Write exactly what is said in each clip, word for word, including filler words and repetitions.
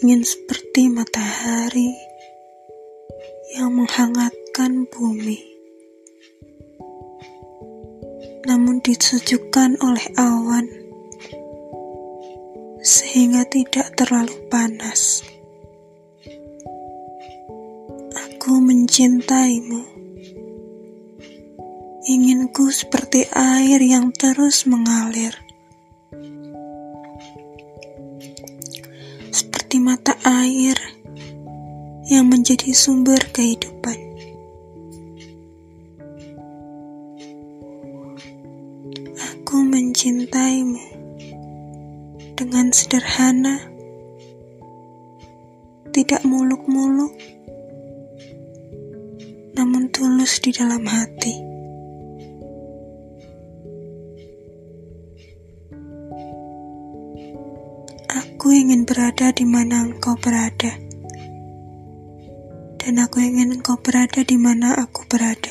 ingin seperti matahari yang menghangatkan bumi, namun disejukkan oleh awan sehingga tidak terlalu panas. Aku mencintaimu. Inginku seperti air yang terus mengalir, seperti mata air yang menjadi sumber kehidupan. Aku mencintaimu dengan sederhana, tidak muluk-muluk, namun tulus di dalam hati. Aku ingin berada di mana engkau berada, dan aku ingin engkau berada di mana aku berada.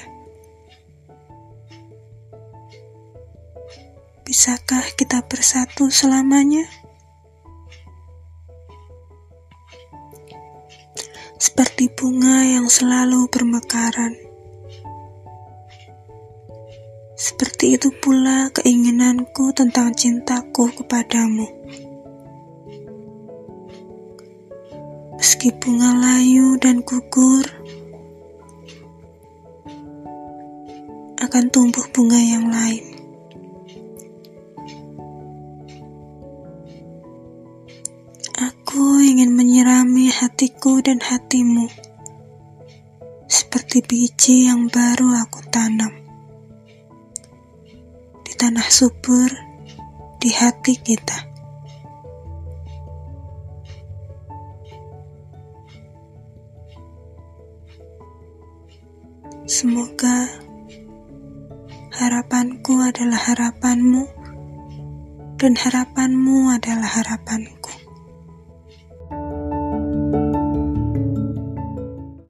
Bisakah kita bersatu selamanya? Seperti bunga yang selalu bermekaran. Seperti itu pula keinginanku tentang cintaku kepadamu. Meski bunga layu dan gugur, akan tumbuh bunga yang lain. Aku ingin menyirami hatiku dan hatimu seperti biji yang baru aku tanam di tanah subur di hati kita. Semoga harapanku adalah harapanmu dan harapanmu adalah harapanku.